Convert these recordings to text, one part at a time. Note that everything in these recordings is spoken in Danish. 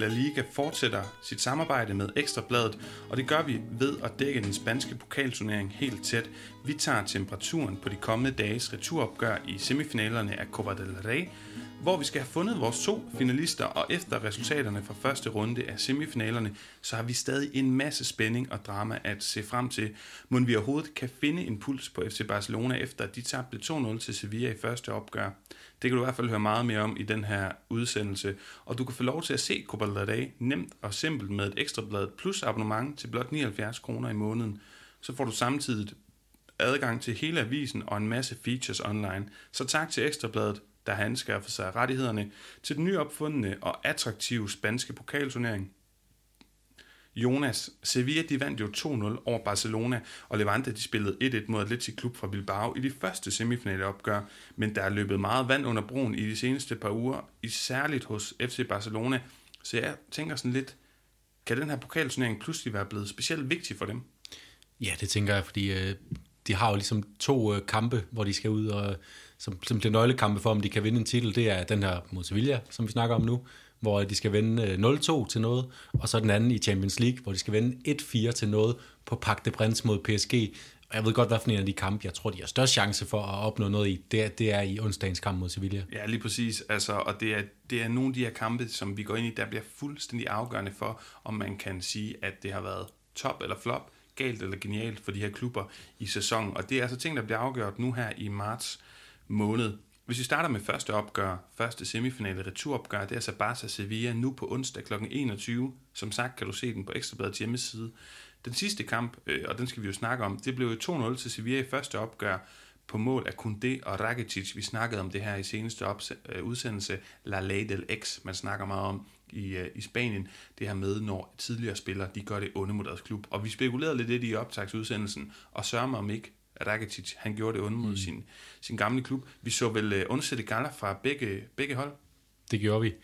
La Liga fortsætter sit samarbejde med Ekstrabladet, og det gør vi ved at dække den spanske pokalturnering helt tæt. Vi tager temperaturen på de kommende dages returopgør i semifinalerne af Copa del Rey, hvor vi skal have fundet vores 2 finalister, og efter resultaterne fra første runde af semifinalerne, så har vi stadig en masse spænding og drama at se frem til. Mon vi overhovedet kan finde en puls på FC Barcelona, efter at de tabte 2-0 til Sevilla i første opgør. Det kan du i hvert fald høre meget mere om i den her udsendelse, og du kan få lov til at se Copa del Rey nemt og simpelt med et Ekstrabladet plus abonnement til blot 79 kroner i måneden. Så får du samtidig adgang til hele avisen og en masse features online. Så tak til Ekstrabladet, der har anskaffet sig rettighederne til den nyopfundne og attraktive spanske pokalturnering. Jonas, Sevilla de vandt jo 2-0 over Barcelona, og Levante de spillede 1-1 mod Athletic Club fra Bilbao i de første semifinaleopgør, men der er løbet meget vand under broen i de seneste par uger, særligt hos FC Barcelona, så jeg tænker sådan lidt, kan den her pokalturnering pludselig være blevet specielt vigtig for dem? Ja, det tænker jeg, fordi de har jo ligesom 2 kampe, hvor de skal ud, og som bliver nøglekampe for, om de kan vinde en titel. Det er den her mod Sevilla, som vi snakker om nu, hvor de skal vinde 0-2 til noget, og så den anden i Champions League, hvor de skal vinde 1-4 til noget på Parc des Princes mod PSG. Og jeg ved godt, hvad for en af de kampe, jeg tror, de har størst chance for at opnå noget i, det er i onsdagens kamp mod Sevilla. Ja, lige præcis. Altså, og det er nogle af de her kampe, som vi går ind i, der bliver fuldstændig afgørende for, om man kan sige, at det har været top eller flop, galt eller genialt for de her klubber i sæsonen. Og det er altså ting, der bliver afgjort nu her i marts måned. Hvis vi starter med første semifinale returopgør, det er altså Barca Sevilla nu på onsdag kl. 21. Som sagt kan du se den på Ekstrabladets hjemmeside. Den sidste kamp, og den skal vi jo snakke om, det blev jo 2-0 til Sevilla i første opgør på mål af Koundé og Rakitic. Vi snakkede om det her i seneste udsendelse, La Ley del Ex, man snakker meget om i Spanien. Det her med, når tidligere spillere, de gør det onde mod deres klub. Og vi spekulerede lidt i optagsudsendelsen, og sørger mig om ikke, Rakitic, han gjorde det onde mod sin gamle klub. Vi så vel undsætte galla fra begge hold. Det gjorde vi.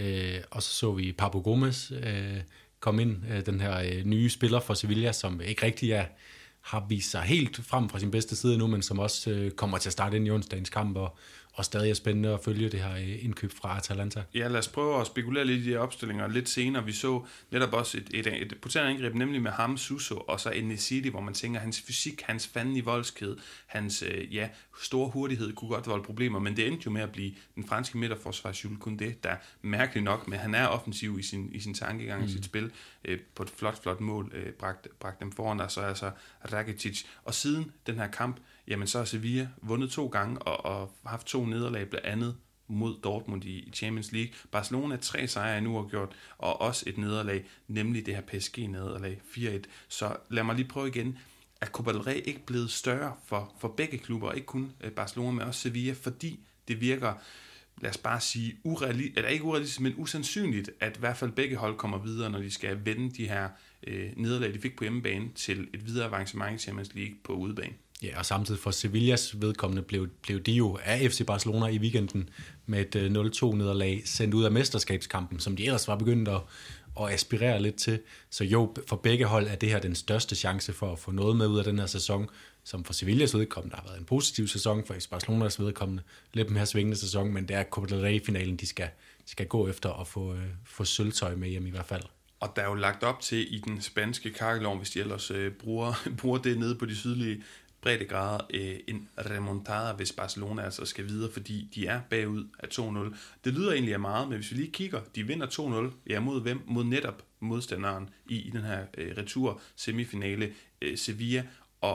Og så vi Papu Gomez komme ind, den her nye spiller for Sevilla, som ikke rigtig har vist sig helt frem fra sin bedste side nu, men som også kommer til at starte ind i onsdagens kamp, og stadig er spændende at følge det her indkøb fra Atalanta. Ja, lad os prøve at spekulere lidt i de opstillinger lidt senere. Vi så netop også et potent angreb, nemlig med ham, Suso, og så Enesidi, hvor man tænker, hans fysik, hans fanden i voldsked, hans store hurtighed kunne godt volde problemer, men det endte jo med at blive den franske midterforsvar Jules Koundé, der mærkeligt nok, men han er offensiv i sin tankegang, i sit spil, på et flot mål, bragt dem foran, og så altså Rakitic. Og siden den her kamp, jamen så har Sevilla vundet 2 gange og haft 2 nederlag, blandt andet mod Dortmund i Champions League. Barcelona 3 sejre endnu har gjort, og også et nederlag, nemlig det her PSG-nederlag 4-1. Så lad mig lige prøve igen. Er Copa del Rey ikke blevet større for begge klubber, ikke kun Barcelona, men også Sevilla, fordi det virker, lad os bare sige, ikke urealistisk, men usandsynligt, at i hvert fald begge hold kommer videre, når de skal vende de her nederlag, de fik på hjemmebane, til et videre avancement i Champions League på udebane. Ja, og samtidig for Sevillas vedkommende blev de jo af FC Barcelona i weekenden med et 0-2-nederlag sendt ud af mesterskabskampen, som de ellers var begyndt at aspirere lidt til. Så jo, for begge hold er det her den største chance for at få noget med ud af den her sæson, som for Sevillas vedkommende har været en positiv sæson, for FC Barcelonas vedkommende lidt mere svingende sæson, men det er Copa del Rey-finalen, de skal gå efter at få sølvtøj med hjem i hvert fald. Og der er jo lagt op til i den spanske kakkelovn, hvis de ellers bruger det nede på de sydlige breddegrader, en remontada, hvis Barcelona altså skal videre, fordi de er bagud af 2-0. Det lyder egentlig af meget, men hvis vi lige kigger, de vinder 2-0, ja, mod hvem? Mod netop modstanderen i den her retur semifinale Sevilla,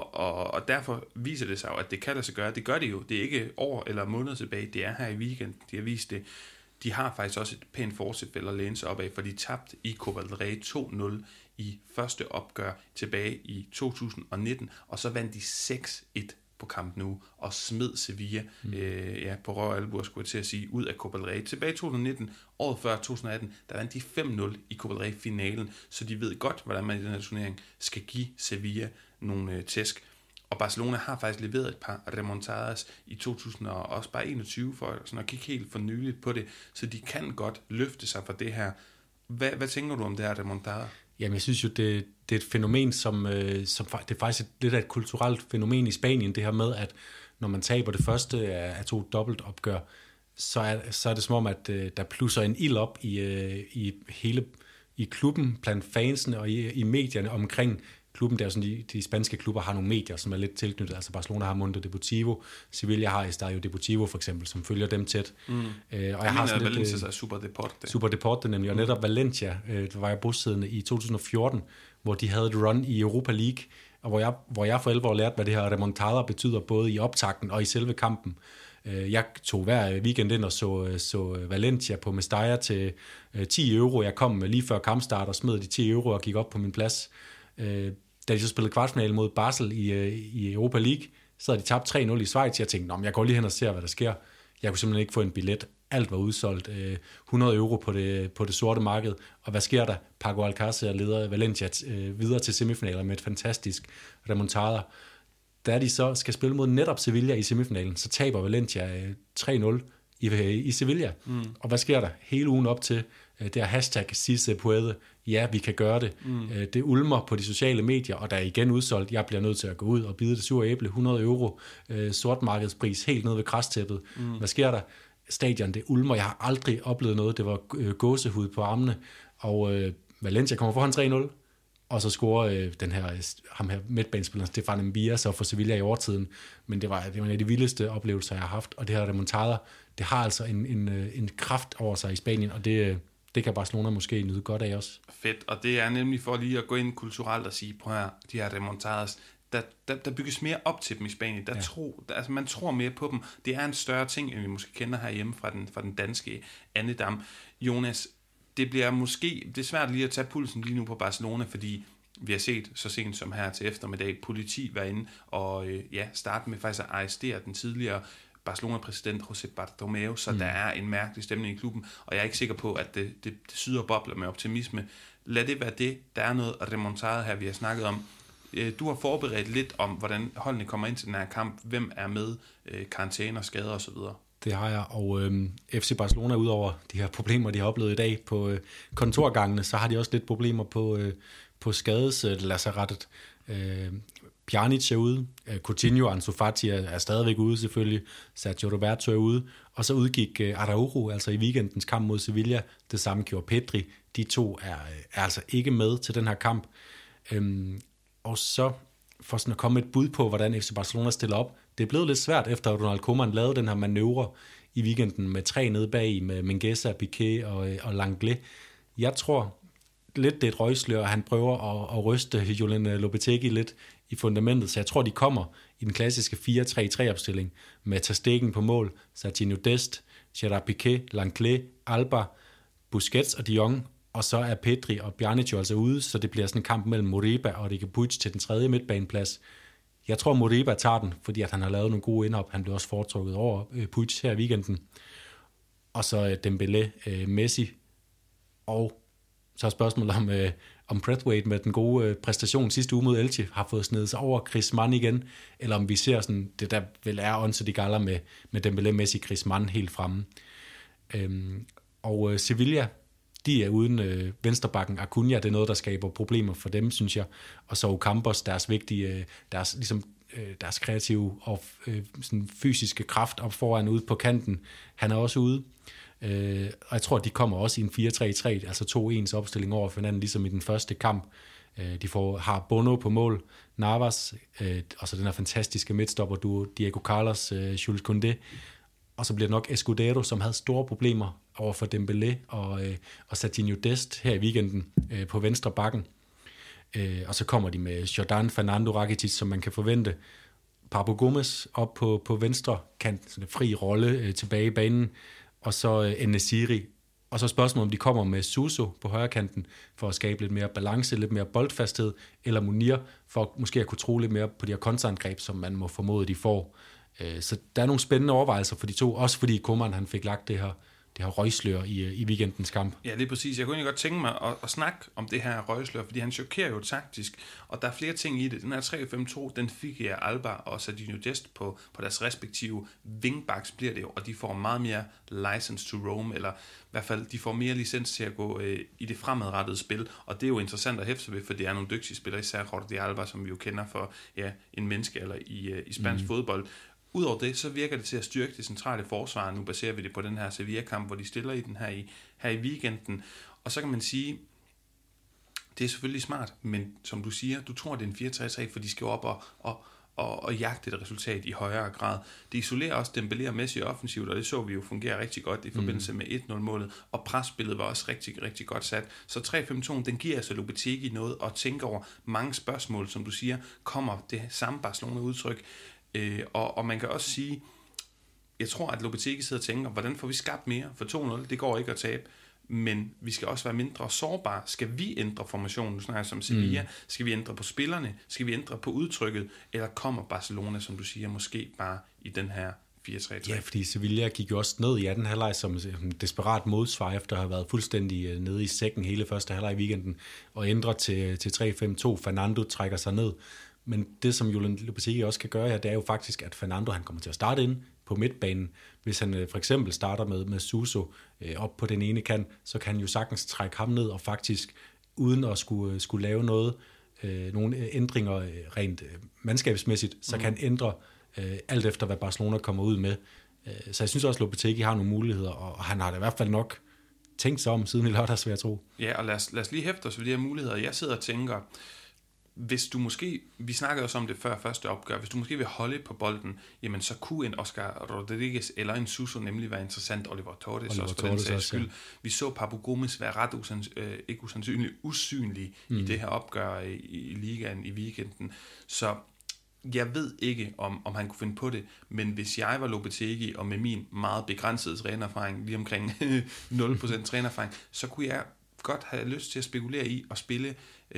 og derfor viser det sig jo, at det kan lade sig gøre. Det gør det jo. Det er ikke år eller måneder tilbage, det er her i weekend, de har vist det. De har faktisk også et pænt forsætfelt at læne sig op af, for de tabte i Copa del Rey 2-0 i første opgør tilbage i 2019, og så vandt de 6-1 på Camp Nou og smed Sevilla på røv og albuer, skulle jeg til at sige, ud af Copa del Rey. Tilbage i 2019, året før 2018, der vandt de 5-0 i Copa del Rey-finalen, så de ved godt, hvordan man i den her turnering skal give Sevilla nogle tæsk. Og Barcelona har faktisk leveret et par remontadas i 2021 for sådan at kigge helt for nyligt på det, så de kan godt løfte sig fra det her. Hvad tænker du om det her remontada? Jamen, jeg synes jo, det er et fænomen, som det er faktisk lidt af et kulturelt fænomen i Spanien, det her med, at når man taber det første af 2 dobbeltopgør, så er det som om, at der plusser en ild op i klubben, blandt fansene og i medierne omkring klubben. Der er sådan, de spanske klubber har nogle medier, som er lidt tilknyttet. Altså Barcelona har Mundo Deportivo, Sevilla har Estadio Deportivo for eksempel, som følger dem tæt. Og jeg har sådan Valencia er Super Deporte. Super Deporte nemlig, og netop Valencia, der var jeg bosiddende i 2014, hvor de havde et run i Europa League, og hvor jeg for alvor lærte, hvad det her remontada betyder, både i optakten og i selve kampen. Jeg tog hver weekend ind og så Valencia på Mestalla til 10 euro. Jeg kom lige før kampstart og smed de 10 euro og gik op på min plads. Da de så spillede kvartfinale mod Basel i Europa League, så havde de tabt 3-0 i Schweiz. Jeg tænkte, jeg går lige hen og ser, hvad der sker. Jeg kunne simpelthen ikke få en billet. Alt var udsolgt. 100 euro på det sorte marked. Og hvad sker der? Paco Alcácer leder Valencia videre til semifinaler med et fantastisk remontada. Da de så skal spille mod netop Sevilla i semifinalen, så taber Valencia 3-0 i Sevilla. Og hvad sker der? Hele ugen op til det er hashtag Si se puede. Ja, vi kan gøre det. Det ulmer på de sociale medier, og der er igen udsolgt. Jeg bliver nødt til at gå ud og bide det sure æble. 100 euro sortmarkedspris helt ned ved græstæppet. Hvad sker der? Stadion, det ulmer. Jeg har aldrig oplevet noget. Det var gåsehud på armene. Og Valencia kommer foran 3-0. Og så scorer ham her midtbanespilleren Stefan Mbia så for Sevilla i overtiden. Men det var en af de vildeste oplevelser, jeg har haft. Og det her remontada, det har altså en kraft over sig i Spanien, og det kan Barcelona måske nyde godt af også. Fedt, og det er nemlig for lige at gå ind kulturelt og sige, prøv her, de her remontadas, der bygges mere op til dem i Spanien. Altså man tror mere på dem. Det er en større ting, end vi måske kender herhjemme fra den danske andedam. Jonas, det er svært lige at tage pulsen lige nu på Barcelona, fordi vi har set så sent som her til eftermiddag politi være inde og starte med faktisk at arrestere den tidligere Barcelona-præsident José Bartomeu, så der er en mærkelig stemning i klubben, og jeg er ikke sikker på, at det syder bobler med optimisme. Lad det være det. Der er noget remontada her, vi har snakket om. Du har forberedt lidt om, hvordan holdene kommer ind til den her kamp, hvem er med, karantæner, skader osv. Det har jeg, og FC Barcelona, udover de her problemer, de har oplevet i dag på kontorgangene, så har de også lidt problemer på skadeslazarettet. Pjanic er ude, Coutinho og Ansu Fati er stadigvæk ude selvfølgelig, Sergio Roberto er ude, og så udgik Araujo, altså i weekendens kamp mod Sevilla, det samme gjorde Pedri. De to er altså ikke med til den her kamp. Og så for sådan at komme et bud på, hvordan FC Barcelona stiller op, det er blevet lidt svært, efter at Ronald Koeman lavede den her manøvre i weekenden med 3 nede bag med Mingueza, Piqué og Langlais. Jeg tror lidt, det er et røgslør, og han prøver at ryste Julen Lopetegui lidt i fundamentet, så jeg tror, de kommer i den klassiske 4-3-3-opstilling med Ter Stegen på mål, Serginho Dest, Gerard Piqué, Langlais, Alba, Busquets og De Jong, og så er Pedri og Pjanic altså ude, så det bliver sådan en kamp mellem Moriba og Riqui Puig til den 3. midtbaneplads. Jeg tror, Moriba tager den, fordi at han har lavet nogle gode indhop. Han blev også foretrukket over Puig her i weekenden. Og så Dembélé, Messi, og så er spørgsmålet om Braithwaite med den gode præstation sidste uge mod Elche har fået snedet sig over Griezmann igen, eller om vi ser sådan det der vel er Once de Gala med Dembélé, Messi, Griezmann helt fremme. Og Sevilla, de er uden venstrebacken Acuna, det er noget, der skaber problemer for dem, synes jeg. Og så Ocampos, deres kreative og sådan fysiske kraft op foran ude på kanten, han er også ude. Og jeg tror, de kommer også i en 4-3-3, altså 2 ens opstilling over for hinanden, ligesom i den første kamp. De har Bono på mål, Navas, og så den her fantastiske midtstopper, Diego Carlos, Jules Koundé, og så bliver det nok Escudero, som havde store problemer over for Dembélé og Serginho Dest her i weekenden på venstre bakken. Og så kommer de med Jordan Fernando Rakitic, som man kan forvente. Papu Gomez op på venstre kant, sådan en fri rolle tilbage i banen, og så En-Nesyri. Og så spørgsmålet, om de kommer med Suso på højre kanten for at skabe lidt mere balance, lidt mere boldfasthed, eller Munir for måske at kunne tro lidt mere på de her kontraangreb, som man må formode, de får. Så der er nogle spændende overvejelser for de to, også fordi Koeman han fik lagt det her røgslør i weekendens kamp. Ja, det er præcis. Jeg kunne egentlig godt tænke mig at snakke om det her røgslør, fordi han chokerer jo taktisk, og der er flere ting i det. Den her 3-5-2, den fik jeg Alba og Serginho Dest på deres respektive wingbacks bliver det jo, og de får meget mere license to roam, eller i hvert fald, de får mere licens til at gå i det fremadrettede spil, og det er jo interessant at hæfte sig ved, for det er nogle dygtige spillere, især Jordi Alba, som vi jo kender for en menneske eller i spansk fodbold. Udover det, så virker det til at styrke det centrale forsvar. Nu baserer vi det på den her Sevilla-kamp, hvor de stiller i den her i weekenden. Og så kan man sige, det er selvfølgelig smart, men som du siger, du tror, det er en 4-3-3, for de skal op og jagte et resultat i højere grad. Det isolerer også Dembélé og Messi offensivt, og det så vi jo fungere rigtig godt i forbindelse med 1-0-målet, og presspillet var også rigtig, rigtig godt sat. Så 3-5-2, den giver altså Lopetegui noget at tænke over. Mange spørgsmål, som du siger, kommer det samme Barcelona-udtryk, og man kan også sige, jeg tror, at Lopetegui sidder og tænker, hvordan får vi skabt mere? For 2-0, det går ikke at tabe. Men vi skal også være mindre sårbare. Skal vi ændre formationen? Nu snakker jeg som Sevilla. Skal vi ændre på spillerne? Skal vi ændre på udtrykket? Eller kommer Barcelona, som du siger, måske bare i den her 4-3-3? Ja, fordi Sevilla gik jo også ned i 18. halvleg som desperat modsvar, efter at have været fuldstændig nede i sækken hele første halvleg i weekenden, og ændrer til 3-5-2. Fernando trækker sig ned. Men det, som Julen Lopetegui også kan gøre her, det er jo faktisk, at Fernando han kommer til at starte ind på midtbanen. Hvis han for eksempel starter med Suso op på den ene kant, så kan han jo sagtens trække ham ned, og faktisk uden at skulle lave nogle ændringer rent mandskabsmæssigt, så kan han ændre alt efter, hvad Barcelona kommer ud med. Så jeg synes også, at Lopetegui har nogle muligheder, og han har da i hvert fald nok tænkt sig om siden i lørdags, vil jeg tro. Ja, og lad os lige hæfte os ved de her muligheder. Jeg sidder og tænker, hvis du måske, vi snakkede også om det før første opgør, hvis du måske vil holde på bolden, jamen så kunne en Oscar Rodriguez eller en Suso nemlig være interessant. Oliver Torres også for den sags skyld. Ja. Vi så Papu Gómez være ret usynlig i det her opgør i ligaen i weekenden. Så jeg ved ikke, om han kunne finde på det, men hvis jeg var Lopetegui, og med min meget begrænsede trænererfaring, lige omkring 0% trænererfaring, så kunne jeg godt have lyst til at spekulere i at spille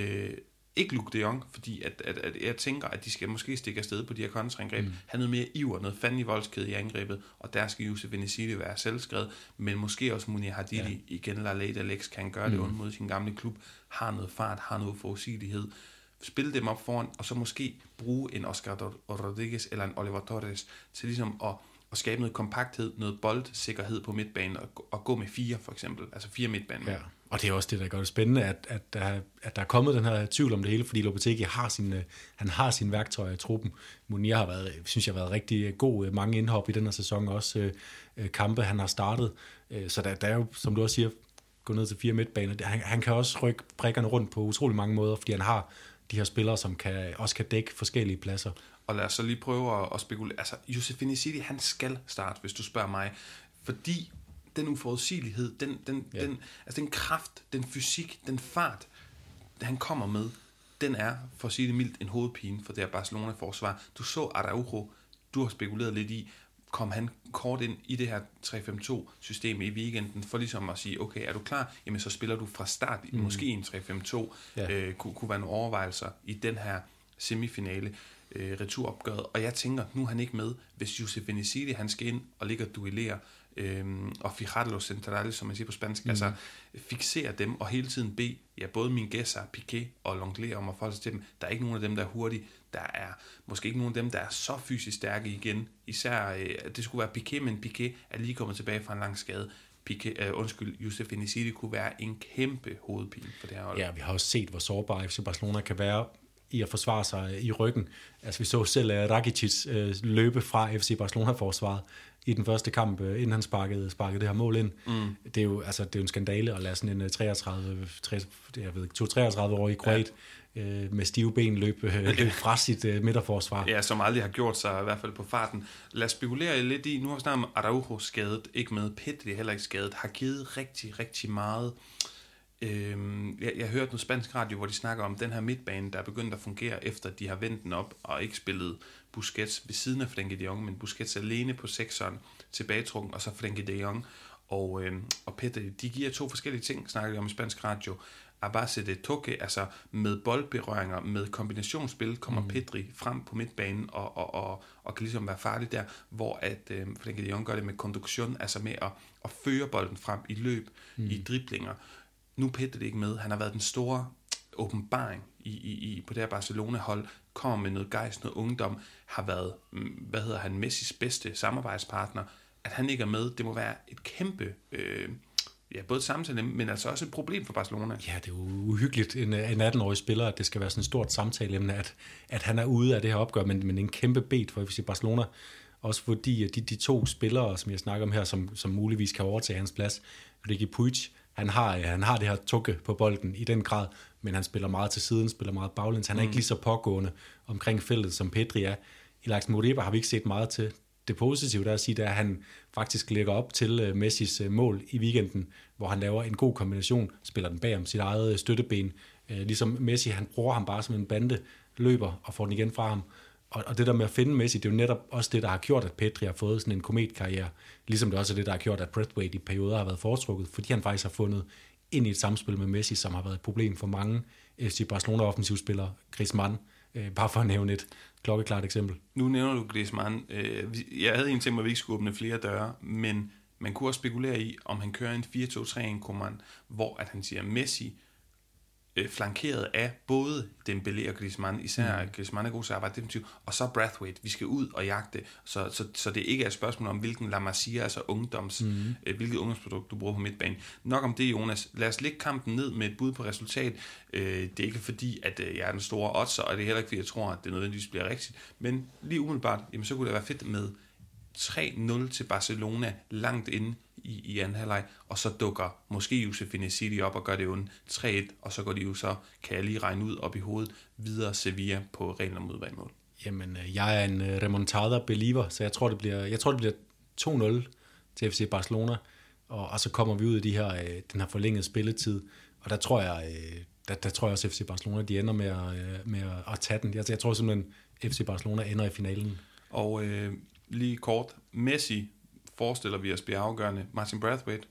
ikke Luuk de Jong, fordi at jeg tænker, at de skal måske stikke afsted på de her kontraangreb. Han er mere iver, noget fanden i voldskæde i angrebet, og der skal Youssef En-Nesyri være selvskrevet, men måske også Munir Hadidi, igen Lalleda Lex, kan gøre det ondt mod sin gamle klub, har noget fart, har noget forudsigelighed. Spille dem op foran, og så måske bruge en Oscar Rodriguez eller en Oliver Torres til ligesom at skabe noget kompakthed, noget boldsikkerhed på midtbanen, og gå med 4 for eksempel, altså 4 midtbanen. Ja. Og det er også det, der gør det spændende, at der er kommet den her tvivl om det hele, fordi Lopetegui har sine værktøjer i truppen. Munir har været rigtig god, mange indhop i den her sæson, også kampe, han har startet. Så der er jo, som du også siger, gå ned til 4 midtbaner. Han kan også rykke prikkerne rundt på utrolig mange måder, fordi han har de her spillere, som også kan dække forskellige pladser. Og lad os så lige prøve at spekulere. Altså, Youssef En-Nesyri, han skal starte, hvis du spørger mig. Fordi den uforudsigelighed, den kraft, den fysik, den fart, han kommer med, den er, for at sige det mildt, en hovedpine for det her Barcelona-forsvar. Du så Araujo, du har spekuleret lidt i, kom han kort ind i det her 3-5-2-system i weekenden, for ligesom at sige, okay, er du klar? Jamen, så spiller du fra start, måske en 3-5-2, kunne være nogle overvejelser i den her semifinale returopgøret. Og jeg tænker, nu er han ikke med, hvis Youssef En-Nesyri, han skal ind og ligge og duellere, og fijarlo centrales, som man siger på spansk, altså fixere dem og hele tiden bede, både Mingueza, Piqué og Lenglet om at forholde sig til dem. Der er ikke nogen af dem, der er hurtige. Der er måske ikke nogen af dem, der er så fysisk stærke igen. Især, det skulle være Piqué, men Piqué er lige kommet tilbage fra en lang skade. Youssef En-Nesyri kunne være en kæmpe hovedpine for det her hold. Ja, vi har også set, hvor sårbar FC Barcelona kan være i at forsvare sig i ryggen. Altså, vi så selv Rakitic løbe fra FC Barcelona-forsvaret i den første kamp, inden han sparkede det her mål ind. Det er jo en skandale at lade sådan en 32-årig kroat med stive ben løb fra sit midterforsvar. Ja, som aldrig har gjort sig, i hvert fald på farten. Lad os spekulere lidt i, nu har vi snakket om Araujo skadet, ikke med Pedri heller ikke skadet, har givet rigtig, rigtig meget. Jeg hørte noget spansk radio, hvor de snakker om den her midtbane, der er begyndt at fungere, efter de har vendt den op og ikke spillet Busquets ved siden af Frenkie de Jong, men Busquets alene på 6'eren tilbagetrukken, og så Frenkie de Jong og Pedri. De giver 2 forskellige ting, snakker de om i spansk radio. A base de toque, altså med boldberøringer, med kombinationsspil, kommer Pedri frem på midtbanen og kan ligesom være farlig der, hvor at Frenkie de Jong gør det med konduktion, altså med at føre bolden frem i løb, i driblinger. Nu er Pedri ikke med. Han har været den store åbenbaring på det her Barcelona-hold, kommer med noget gejst, noget ungdom, har været, Messis bedste samarbejdspartner. At han ikke er med, det må være et kæmpe, både samtale, men altså også et problem for Barcelona. Ja, det er jo uhyggeligt, en 18-årig spiller, at det skal være sådan et stort samtaleemne, at han er ude af det her opgør, men en kæmpe bet for FC Barcelona. også fordi de to spillere, som jeg snakker om her, som muligvis kan overtage hans plads, Riqui Puig, han har det her tukke på bolden i den grad, men han spiller meget til siden, spiller meget baglæns. Han er ikke lige så pågående omkring feltet, som Pedri er. I Alex Moriba har vi ikke set meget til. Det positive der at sige, det er, at han faktisk lægger op til Messis mål i weekenden, hvor han laver en god kombination, spiller den bag om sit eget støtteben. Ligesom Messi, han bruger ham bare som en bande, løber og får den igen fra ham. Og det der med at finde Messi, det er jo netop også det, der har gjort, at Pedri har fået sådan en kometkarriere. Ligesom det også er det, der har gjort, at Braithwaite i perioder har været foretrukket, fordi han faktisk har fundet ind i et samspil med Messi, som har været et problem for mange FC Barcelona-offensivspillere. Griezmann, bare for at nævne et klokkeklart eksempel. Nu nævner du Griezmann. Jeg havde en ting, hvor vi ikke skulle åbne flere døre, men man kunne også spekulere i, om han kører en 4-2-3-1-kommand, hvor at han siger Messi, flankeret af både Dembélé og Griezmann, især Griezmann er god til at arbejde defensivt, og så Braithwaite. Vi skal ud og jagte, så det ikke er et spørgsmål om, hvilken La Masia, altså hvilket ungdomsprodukt du bruger på midtbanen. Nok om det, Jonas. Lad os lægge kampen ned med et bud på resultat. Det er ikke fordi, at jeg er den store oddser, og det er heller ikke fordi, jeg tror, at det nødvendigvis bliver rigtigt, men lige umiddelbart, jamen, så kunne det være fedt med 3-0 til Barcelona langt inde i anden halvleg, og så dukker måske Josefine City op og gør det jo en 3-1, og så går de jo så, kan jeg lige regne ud op i hovedet, videre Sevilla på reglen om udbanemål. Jamen, jeg er en remontada-believer, så jeg tror, det bliver 2-0 til FC Barcelona, og så kommer vi ud i den her forlængede spilletid, og der tror jeg også, FC Barcelona, de ender med at tage den. Jeg tror simpelthen, FC Barcelona ender i finalen. Og lige kort, Messi forestiller vi os bliver afgørende. Martin Braithwaite?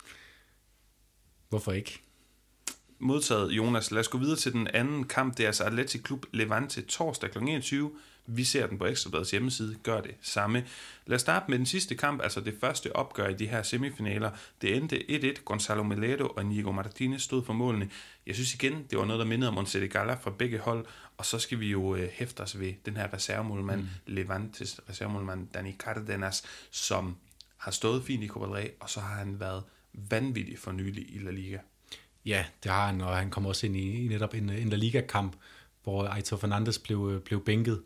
Hvorfor ikke? Modtaget, Jonas. Lad os gå videre til den anden kamp. Det er altså Athletic Club Levante torsdag kl. 21. Vi ser den på Ekstrabladets hjemmeside. Gør det samme. Lad os starte med den sidste kamp, altså det første opgør i de her semifinaler. Det endte 1-1. Gonzalo Melero og Inigo Martinez stod for målene. Jeg synes igen, det var noget, der mindede om Once de Gala fra begge hold. Og så skal vi jo hæfte os ved den her reservemålmand, Levantes reservemålmand Dani Cardenas, som har stået fint i Copa del Rey, og så har han været vanvittig for nylig i La Liga. Ja, det har han, og han kom også ind i netop en La Liga-kamp, hvor Aitor Fernandes blev bænket,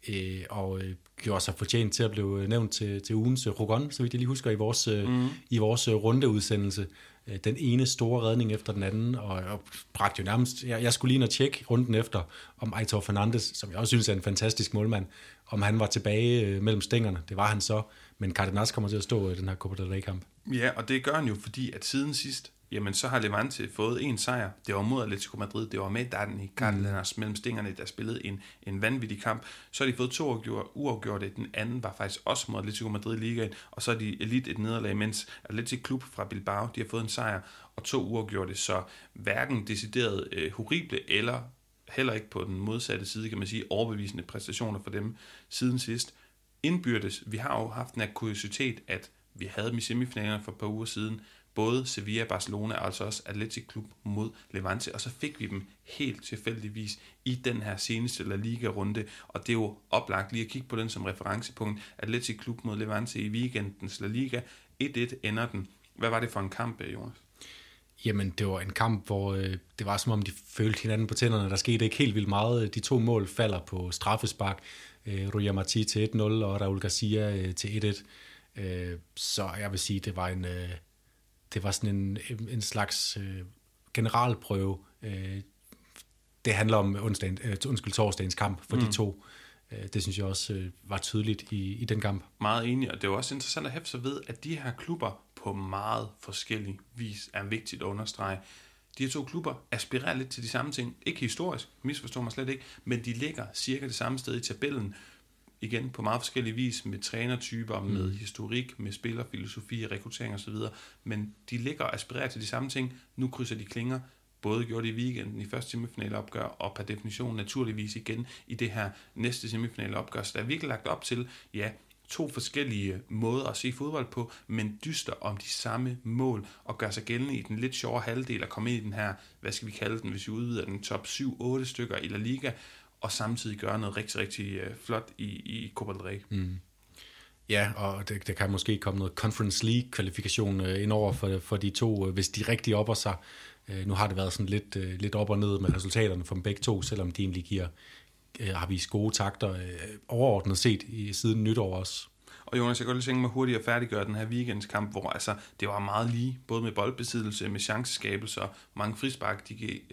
og gjorde sig fortjent til at blive nævnt til ugens Rogon, så vidt jeg lige husker, i vores rundeudsendelse. Den ene store redning efter den anden, og bragte jo nærmest, jeg skulle lige ind og tjekke runden efter, om Aitor Fernandes, som jeg også synes er en fantastisk målmand, om han var tilbage mellem stængerne. Det var han så, men Cardenas kommer til at stå i den her Copa del Rey-kamp. Ja, og det gør han jo, fordi at siden sidst, jamen så har Levante fået en sejr. Det var mod Atletico Madrid, det var med Dani Cardenas mellem stængerne, der spillede en vanvittig kamp. Så har de fået 2 uafgjorte. Den anden var faktisk også mod Atletico Madrid Ligaen, og så er de lidt et nederlag, mens Athletic Club fra Bilbao, de har fået en sejr og 2 uafgjorte, så hverken decideret horrible eller heller ikke på den modsatte side, kan man sige, overbevisende præstationer for dem siden sidst. Indbyrdes, vi har jo haft den her kuriositet, at vi havde dem i semifinalerne for et par uger siden, både Sevilla og Barcelona, altså også Athletic Club mod Levante, og så fik vi dem helt tilfældigvis i den her seneste La Liga-runde, og det er jo oplagt lige at kigge på den som referencepunkt. Athletic Club mod Levante i weekendens La Liga, 1-1 ender den. Hvad var det for en kamp, Jonas? Jamen, det var en kamp, hvor det var som om, de følte hinanden på tænderne. Der skete ikke helt vildt meget. De 2 mål falder på straffespark. Roger Martí til 1-0, og Raúl García til 1-1. Så jeg vil sige, det var sådan en slags generalprøve. Det handler om torsdagens kamp for de to. Det synes jeg også var tydeligt i den kamp. Meget enig, og det er også interessant at hæfte sig ved, at de her klubber på meget forskellig vis er vigtigt at understrege. De her 2 klubber aspirerer lidt til de samme ting. Ikke historisk, misforstår mig slet ikke, men de ligger cirka det samme sted i tabellen. Igen på meget forskellige vis med trænertyper, med historik, med spillerfilosofi, rekruttering osv. Men de ligger og aspirerer til de samme ting. Nu krydser de klinger. Både gjorde det i weekenden i første semifinaleopgør, og per definition naturligvis igen i det her næste semifinaleopgør. Så der er virkelig lagt op til, ja, 2 forskellige måder at se fodbold på, men dyster om de samme mål, og gør sig gældende i den lidt sjovere halvdel, og komme ind i den her, hvad skal vi kalde den, hvis vi udvider den, top 7-8 stykker i La Liga, og samtidig gøre noget rigtig, rigtig flot i Copa del Rey. Ja, og der kan måske komme noget Conference League-kvalifikation indover for de 2, hvis de rigtig opper sig. Nu har det været sådan lidt op og ned med resultaterne for dem begge 2, selvom de egentlig har vist gode takter overordnet set siden nytår også. Og Jonas, jeg kan godt tænke mig hurtigt at færdiggøre den her weekendskamp, hvor altså, det var meget lige, både med boldbesiddelse, med chanceskabelse og mange frispark,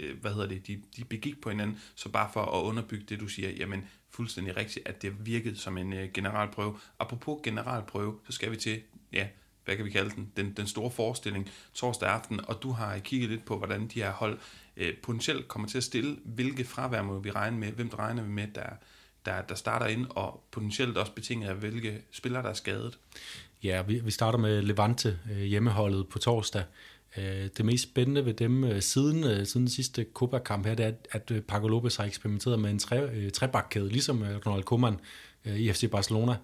de begik på hinanden. Så bare for at underbygge det, du siger, jamen fuldstændig rigtigt, at det virkede som en generalprøve. Apropos generalprøve, så skal vi til, ja, hvad kan vi kalde den store forestilling torsdag aften, og du har kigget lidt på, hvordan de her hold potentielt kommer til at stille, hvilke fravær må vi regne med, hvem regner vi med, der starter ind, og potentielt også betinget af, hvilke spillere, der er skadet. Ja, vi starter med Levante, hjemmeholdet på torsdag. Det mest spændende ved dem siden den sidste Copa-kamp her, det er, at Paco Lopez har eksperimenteret med en trebakkæde, ligesom Ronald Koeman i FC Barcelona.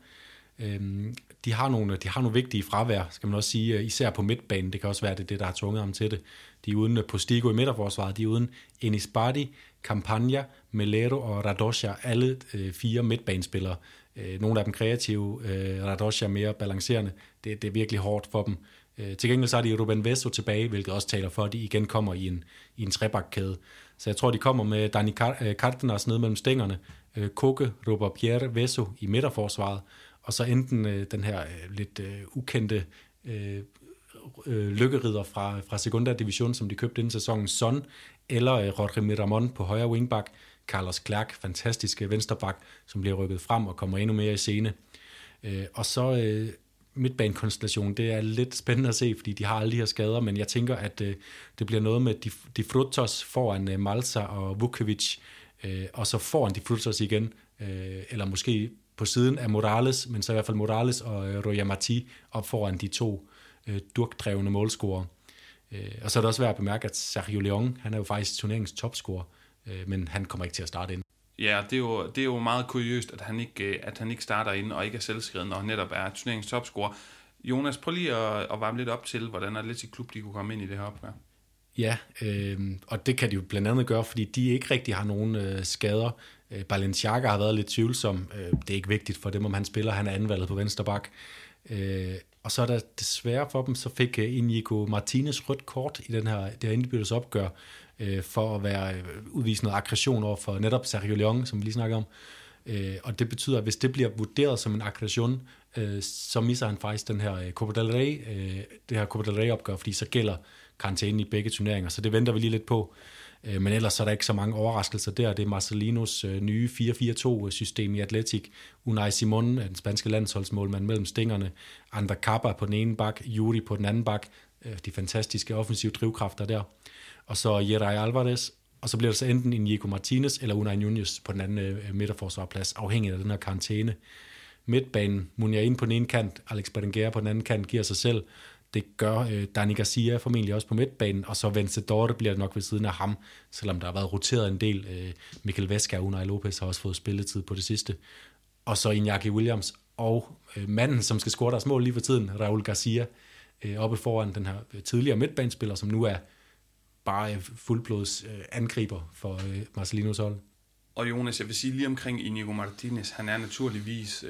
De har nogle vigtige fravær, skal man også sige, især på midtbanen. Det kan også være det der har tvunget ham til det. De er uden Postigo i midterforsvaret, de er uden Enis Bardi, Campagna, Melero og Radosha, alle 4 midtbanespillere. Nogle af dem kreative, Radosha mere balancerende. Det er virkelig hårdt for dem. Til gengæld så er de Ruben Vesso tilbage, hvilket også taler for, at de igen kommer i en trebakkæde. Så jeg tror, de kommer med Dani Cardenas nede mellem stængerne, Koke, Robert-Pierre, Vesso i midterforsvaret, og så enten den her lidt ukendte lykkerider fra Segunda Division, som de købte inden sæsonen, Son, eller Rodri Miramon på højre wingback, Carlos Clerc, fantastiske venstreback, som bliver rykket frem og kommer endnu mere i scene. Og så midtbanekonstellationen, det er lidt spændende at se, fordi de har alle de her skader, men jeg tænker, at det bliver noget med de Frutos foran Malsa og Vukovic, og så foran de Frutos igen, eller måske på siden af Morales, men så i hvert fald Morales og Roya Martí op foran de 2 durkdrevne målscorer. Og så er det også værd at bemærke, at Sergio León, han er jo faktisk turneringens topscorer, men han kommer ikke til at starte ind. Ja, det er jo meget kuriøst, at han ikke starter ind og ikke er selvskrevet, når han netop er turneringens topscorer. Jonas, prøv lige at varme lidt op til, hvordan Atletic Klub de kunne komme ind i det her opgør. Ja, og det kan de jo blandt andet gøre, fordi de ikke rigtig har nogen skader. Balenciaga har været lidt tvivlsom. Det er ikke vigtigt for dem, om han spiller. Han er anvalget på venstre bak. Og så er der desværre for dem, så fik Inigo Martinez rødt kort i det her indbyrdes opgør, for at være udvist noget aggression over for netop Sergio León, som vi lige snakker om. Og det betyder, at hvis det bliver vurderet som en aggression, så misser han faktisk den her Copa del Rey, det her Copa del Rey opgør, fordi så gælder karantænen i begge turneringer, så det venter vi lige lidt på. Men ellers så er der ikke så mange overraskelser der. Det er Marcelinos nye 4-4-2-system i Atletic. Unai Simon, den spanske landsholdsmålmand mellem stængerne. Ander Capa på den ene bak, Yuri på den anden bak. De fantastiske offensive drivkræfter der. Og så Yeray Alvarez. Og så bliver det så enten Inigo Martinez eller Unai Núñez på den anden midterforsvarplads, afhængig af den her karantæne. Midtbanen, Muniain på den ene kant, Alex Berenguer på den anden kant, giver sig selv. Det gør Dani Garcia formentlig også på midtbanen, og så Vencedor bliver det nok ved siden af ham, selvom der har været roteret en del. Mikel Vesca og Unai Lopez har også fået spilletid på det sidste. Og så Iñaki Williams og manden, som skal score deres mål lige for tiden, Raúl Garcia, oppe foran den her tidligere midtbanespiller, som nu er bare fuldblods angriber for Marcelinos hold. Og Jonas, jeg vil sige lige omkring Inigo Martinez, han er naturligvis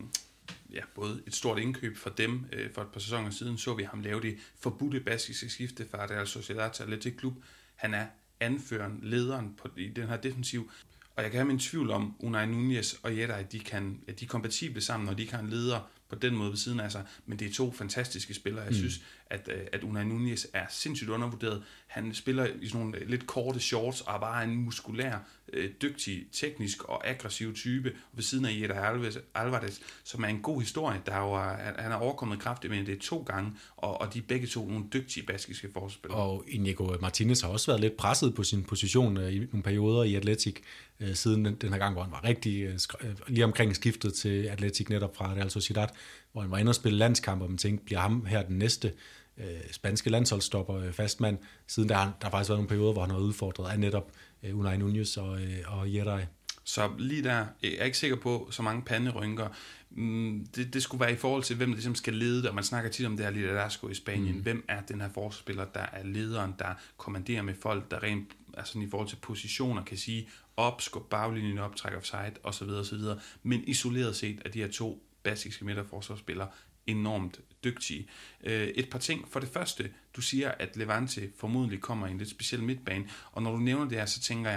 både et stort indkøb for dem. For et par sæsoner siden så vi ham lave det forbudte baskiske skifte fra Real Sociedad til Atletic Klub. Han er anføreren, lederen i den her defensiv. Og jeg kan have min tvivl om, Unai Núñez og Yeray, de er kompatible sammen, når de kan leder på den måde ved siden af sig. Men det er 2 fantastiske spillere. Jeg synes, at Unai Núñez er sindssygt undervurderet. Han spiller i sådan nogle lidt korte shorts og er bare en muskulær, dygtig, teknisk og aggressiv type. Ved siden af Yeray Alvarez, som er en god historie. Han har overkommet kraftigt, men det er 2 gange, og de er begge 2 nogle dygtige baskiske forspillere. Og Inigo Martinez har også været lidt presset på sin position i nogle perioder i Atletic, siden den her gang, hvor han var rigtig lige omkring skiftet til Atletic netop fra Real Sociedad, hvor han var inde og spille landskamp, og man tænkte, bliver ham her den næste spanske landsholdsstopper fastmand, siden der har faktisk været nogle perioder, hvor han har udfordret af netop Unai Núñez og Yeray. Så lige der er jeg ikke sikker på så mange panderynker. Det skulle være i forhold til, hvem der ligesom skal lede det, og man snakker tit om det her Liderazgo i Spanien. Hvem er den her forsvarsspiller, der er lederen, der kommanderer med folk, der rent altså i forhold til positioner kan sige op, skub baglinjen op, træk offside osv. osv. Men isoleret set er de her 2 basiske midterforsvarsspillere enormt dygtige. Et par ting. For det første, du siger, at Levante formodentlig kommer i en lidt speciel midtbane, og når du nævner det her, så tænker jeg,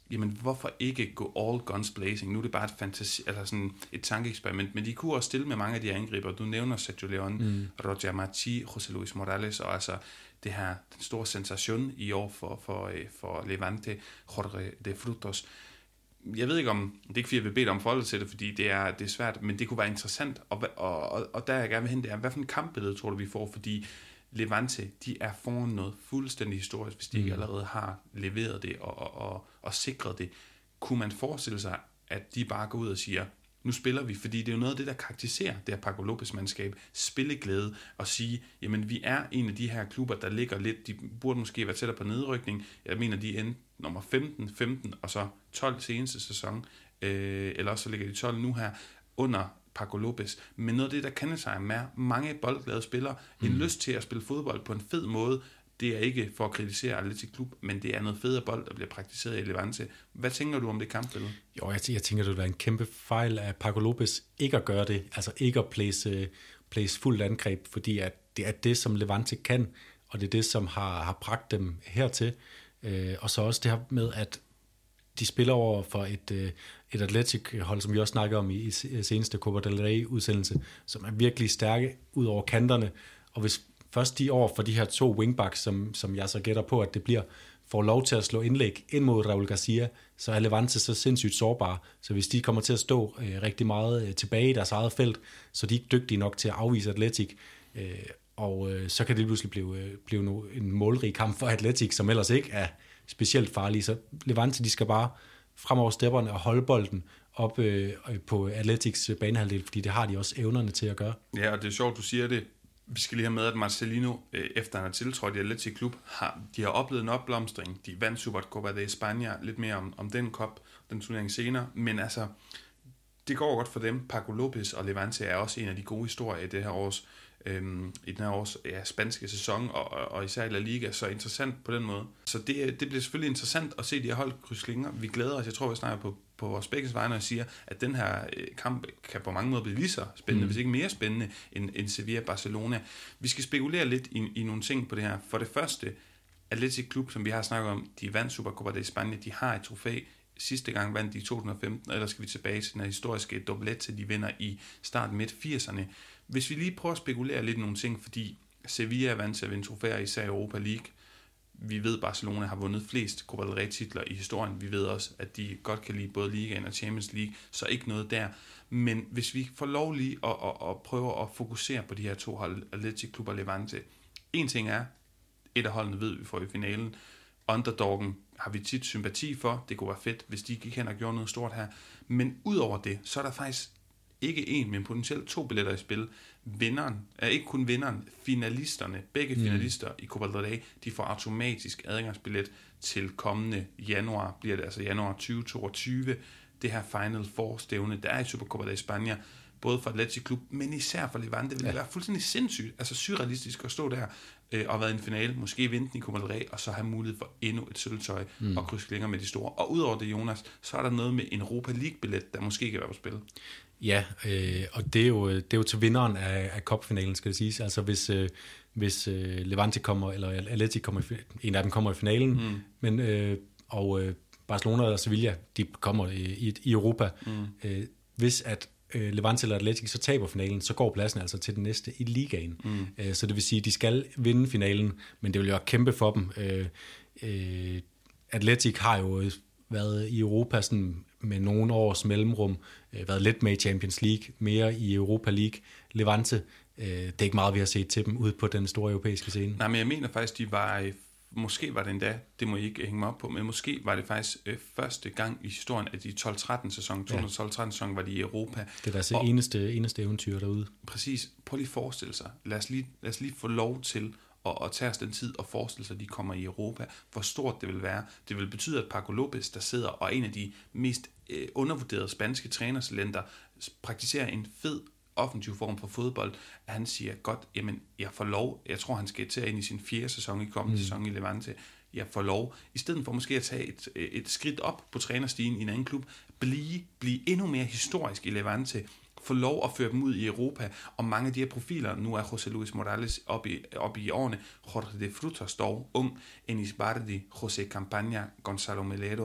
jamen hvorfor ikke gå all guns blazing? Nu er det bare et fantasi, eller sådan et tankeeksperiment, men de kunne også stille med mange af de angriber. Du nævner Sergio León, Roger Martí, José Luis Morales, og altså det her, den store sensation i år for Levante, Jorge de Frutos. Jeg ved ikke om, det er ikke fordi jeg vil bede dig om forhold til det, fordi det er svært, men det kunne være interessant, og der jeg gerne vil hen, det er, hvad for en kampbillede tror du, vi får, fordi Levante, de er foran noget fuldstændig historisk, hvis de ikke allerede har leveret det og sikret det. Kunne man forestille sig, at de bare går ud og siger, nu spiller vi, fordi det er jo noget af det, der karakteriserer det her Paco Lopez-mandskab, spilleglæde, og sige, jamen vi er en af de her klubber, der ligger lidt, de burde måske være tættere på nedrykning, jeg mener, de endte nummer 15, og så 12 seneste sæson, eller også så ligger de 12 nu her, under Paco Lopez, men noget af det, der kender sig med mange boldglade spillere, en lyst til at spille fodbold på en fed måde, det er ikke for at kritisere Atletic Klub, men det er noget federe bold, der bliver praktiseret i Levante. Hvad tænker du om det kampbillede? Jo, jeg tænker, det vil være en kæmpe fejl af Paco Lopez ikke at gøre det, altså ikke at place fuldt angreb, fordi at det er det, som Levante kan, og det er det, som har bragt dem hertil. Og så også det her med, at de spiller over for et Atletic-hold, som vi også snakker om i seneste Copa del Rey-udsendelse, som er virkelig stærke ud over kanterne. Og hvis først de over for de her 2 wingbacks, som jeg så gætter på, at det bliver, får lov til at slå indlæg ind mod Raúl Garcia, så er Levante så sindssygt sårbare. Så hvis de kommer til at stå rigtig meget tilbage i deres eget felt, så de er ikke dygtige nok til at afvise Atletic, og så kan det pludselig blive en målrig kamp for Atletic, som ellers ikke er specielt farlige. Så Levante, de skal bare fremover stepperne og holde bolden op på Atletics banehalvdel, fordi det har de også evnerne til at gøre. Ja, og det er sjovt, du siger det. Vi skal lige have med, at Marcelino, efter han har tiltrådt i Atletic Klub, de har oplevet en opblomstring. De vandt Supercopa de España, lidt mere om den turnering senere. Men altså, det går godt for dem. Paco Lopez og Levante er også en af de gode historier i det her års i den her års spanske sæson, og især i La Liga, så interessant på den måde. Så det bliver selvfølgelig interessant at se de her holdkrydslinger. Vi glæder os, jeg tror, vi snakker på vores begges vegne og siger, at den her kamp kan på mange måder blive lige så spændende, hvis ikke mere spændende, end Sevilla-Barcelona. Vi skal spekulere lidt i nogle ting på det her. For det første, Atletic Klub, som vi har snakket om, de vandt Supercopa de España, de har et trofæ. Sidste gang vandt de i 2015, eller skal vi tilbage til den historiske doblette, de vinder i starten midt 80'erne. Hvis vi lige prøver at spekulere lidt i nogle ting, fordi Sevilla er vant til at vinde trofæer, især i Europa League. Vi ved, at Barcelona har vundet flest Copa del Rey-titler i historien. Vi ved også, at de godt kan lide både Ligaen og Champions League, så ikke noget der. Men hvis vi får lov lige at prøve at fokusere på de her 2 hold, Atletic Klub og Levante. En ting er, et af holdene ved vi får i finalen. Underdoggen har vi tit sympati for. Det kunne være fedt, hvis de gik hen og gjorde noget stort her. Men ud over det, så er der faktisk ikke en, men potentielt 2 billetter i spil. Vinderen, ikke kun vinderen, finalisterne, begge finalister i Copa del Rey, de får automatisk adgangsbillet til kommende januar, bliver det altså januar 2022, det her Final Four-stævne, der er i Supercopa de España, både for Atletic Klub, men især for Levante, vil det være fuldstændig sindssygt, altså surrealistisk at stå der og være i en finale, måske vinde den i Copa del Rey, og så have mulighed for endnu et sølvtøj og krydsklinger med de store. Og udover det, Jonas, så er der noget med en Europa League-billet, der måske kan være på spil. Ja, og det er jo til vinderen af cupfinalen, skal det siges. Altså hvis Levante kommer, eller Atletic kommer, en af dem kommer i finalen, men og Barcelona eller Sevilla, de kommer i Europa. Hvis at Levante eller Atletic så taber finalen, så går pladsen altså til den næste i ligaen. Så det vil sige, at de skal vinde finalen, men det vil jo være kæmpe for dem. Atletic har jo været i Europa sådan med nogle års mellemrum, været lidt med i Champions League, mere i Europa League. Levante, det er ikke meget, vi har set til dem ude på den store europæiske scene. Nej, men jeg mener faktisk, de var, måske var det endda, det må I ikke hænge mig op på, men måske var det faktisk første gang i historien, at i 12-13 sæson, 2012-13 sæson, var de i Europa. Det er deres eneste eventyr derude. Præcis. Prøv lige at forestille sig. Lad os lige få lov til at tage os den tid og forestille sig, at de kommer i Europa. Hvor stort det vil være. Det vil betyde, at Paco Lopez, der sidder og er en af de mest undervurderede spanske trænertalenter, praktiserer en fed offensiv form for fodbold, at han siger, godt, jamen, jeg får lov, jeg tror, han skal til ind i sin 4. sæson i kommende sæson i Levante, jeg får lov, i stedet for måske at tage et skridt op på trænerstigen i en anden klub, blive endnu mere historisk i Levante, få lov at føre dem ud i Europa, og mange af de her profiler, nu er José Luis Morales op i årene, Jorge de Frutos dog, ung, Enis Bardi, José Campaña, Gonzalo Melero,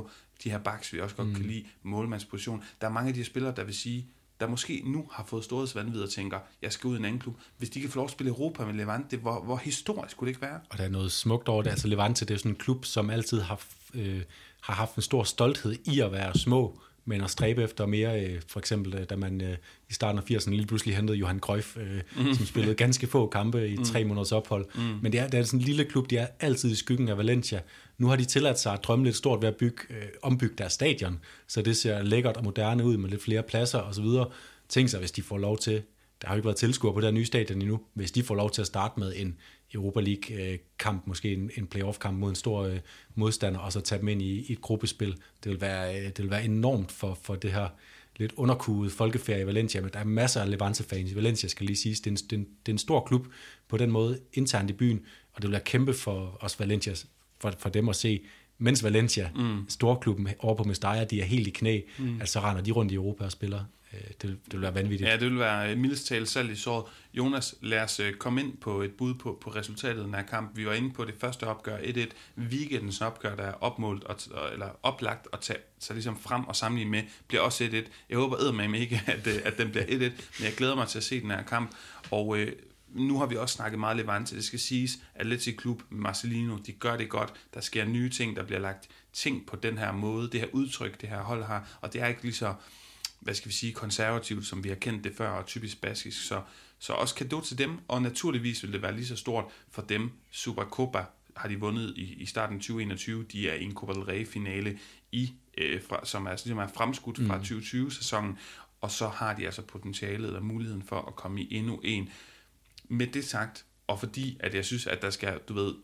de her backs, vi også godt kan lide, målmandsposition. Der er mange af de her spillere, der vil sige, der måske nu har fået storhedsvanvid og tænker, jeg skal ud i en anden klub. Hvis de kan få lov at spille Europa med Levante, hvor historisk kunne det ikke være? Og der er noget smukt over det. Altså Levante, det er sådan en klub, som altid har haft en stor stolthed i at være små, men at stræbe efter mere, for eksempel da man i starten af 80'erne lige pludselig hentede Johan Cruyff, som spillede ganske få kampe i 3 måneders ophold. Men det er sådan en lille klub, de er altid i skyggen af Valencia. Nu har de tilladt sig at drømme lidt stort ved at ombygge deres stadion, så det ser lækkert og moderne ud med lidt flere pladser osv. Tænk sig, hvis de får lov til, der har jo ikke været tilskuere på det her nye stadion endnu, hvis de får lov til at starte med en Europa League-kamp, måske en playoff-kamp mod en stor modstander, og så tage dem ind i et gruppespil. Det vil være enormt for det her lidt underkugede folkefærd i Valencia, men der er masser af Levante-fans i Valencia, skal lige siges. Det er en stor klub på den måde internt i byen, og det vil være kæmpe for os Valencias, for dem at se, mens Valencia, storklubben over på Mestalla, de er helt i knæ, altså render de rundt i Europa og spiller. Det vil være vanvittigt. Ja, det vil være mildest talt salg i såret. Jonas, lad os komme ind på et bud på resultatet af den her kamp. Vi var inde på det første opgør, 1-1. Weekendens opgør, der er opmålt eller oplagt og tage ligesom frem og sammenligne med, bliver også 1-1. Jeg håber eddermame ikke, at den bliver 1-1, men jeg glæder mig til at se den her kamp. Og nu har vi også snakket meget Levante. Det skal siges, Athletic Club, Marcelino, de gør det godt. Der sker nye ting, der bliver lagt ting på den her måde. Det her udtryk, det her hold har, og det er ikke lige så, hvad skal vi sige, konservativt, som vi har kendt det før, og typisk baskisk. Så også cadeau til dem, og naturligvis vil det være lige så stort for dem. Supercopa har de vundet i starten af 2021. De er i en Copa del Rey-finale, som er fremskudt fra 2020-sæsonen, og så har de altså potentialet eller muligheden for at komme i endnu en. Med det sagt, og fordi at jeg synes, at der skal,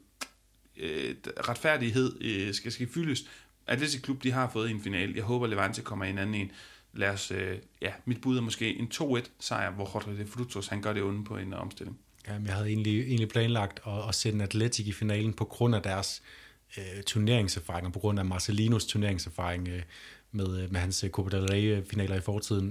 retfærdighed skal fyldes. Athletic Club, de har fået en finale. Jeg håber, Levante kommer i en anden en. Lad os, mit bud er måske en 2-1 sejr, hvor Jorge de Frutos, han gør det onde på en omstilling. Jamen, jeg havde egentlig planlagt at sætte Athletic i finalen på grund af deres turneringserfaring, og på grund af Marcelinos turneringserfaring med hans Copa del Rey-finaler i fortiden.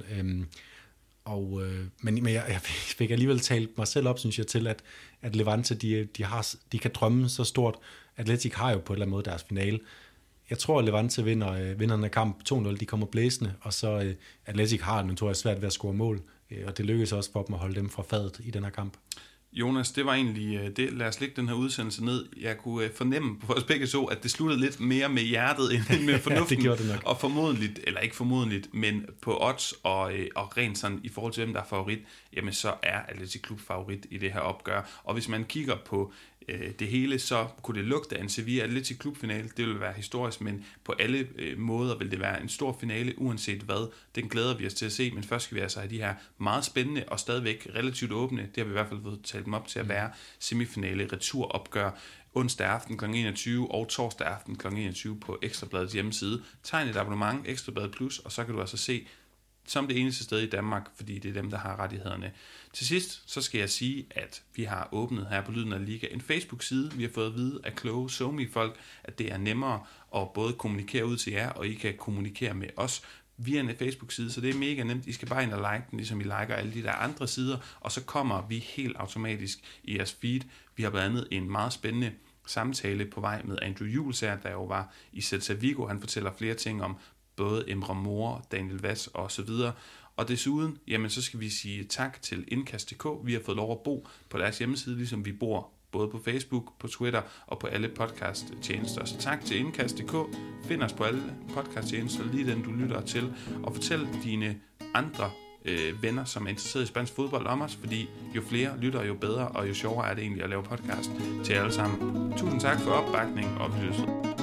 Men jeg fik alligevel talt mig selv op, synes jeg, til, at Levante, de kan drømme så stort. Athletic har jo på en eller anden måde deres finale. Jeg tror, at Levante vinder den her kamp 2-0, de kommer blæsende, og så Athletic har notorisk svært ved at score mål, og det lykkedes også for dem at holde dem fra fadet i den her kamp. Jonas, det var egentlig det. Lad os lægge den her udsendelse ned. Jeg kunne fornemme på os begge så, at det sluttede lidt mere med hjertet end med fornuften. Ja, det gjorde det nok. Og formodentligt, eller ikke formodentligt, men på odds og rent sådan i forhold til hvem der er favorit, jamen så er Athletic Club favorit i det her opgør. Og hvis man kigger på det hele, så kunne det lugte af en Sevilla Athletic Club finale. Det vil være historisk, men på alle måder vil det være en stor finale, uanset hvad. Den glæder vi os til at se, men først skal vi altså have de her meget spændende og stadigvæk relativt åbne, det har vi i hvert fald fået talt dem op til at være, semifinale returopgør onsdag aften kl. 21 og torsdag aften kl. 21 på Ekstrabladets hjemmeside. Tegn et abonnement, Ekstrabladet Plus, og så kan du altså se som det eneste sted i Danmark, fordi det er dem, der har rettighederne. Til sidst, så skal jeg sige, at vi har åbnet her på Lyden af Liga en Facebook-side. Vi har fået at vide af kloge SoMe-folk, at det er nemmere at både kommunikere ud til jer, og I kan kommunikere med os via en Facebook-side, så det er mega nemt. I skal bare ind og like den, ligesom I liker alle de der andre sider, og så kommer vi helt automatisk i jeres feed. Vi har blandt andet en meget spændende samtale på vej med Andrew Jules, der jo var i Celta Vigo. Han fortæller flere ting om både Emre Mor, Daniel Vass og så videre. Og desuden, jamen så skal vi sige tak til Indkast.dk. Vi har fået lov at bo på deres hjemmeside, ligesom vi bor både på Facebook, på Twitter og på alle podcast-tjenester. Så tak til Indkast.dk. Find os på alle podcast-tjenester, lige den du lytter til, og fortæl dine andre venner, som er interesseret i spansk fodbold om os, fordi jo flere lytter, jo bedre, og jo sjovere er det egentlig at lave podcast til alle sammen. Tusind tak for opbakningen, og vi lyttes.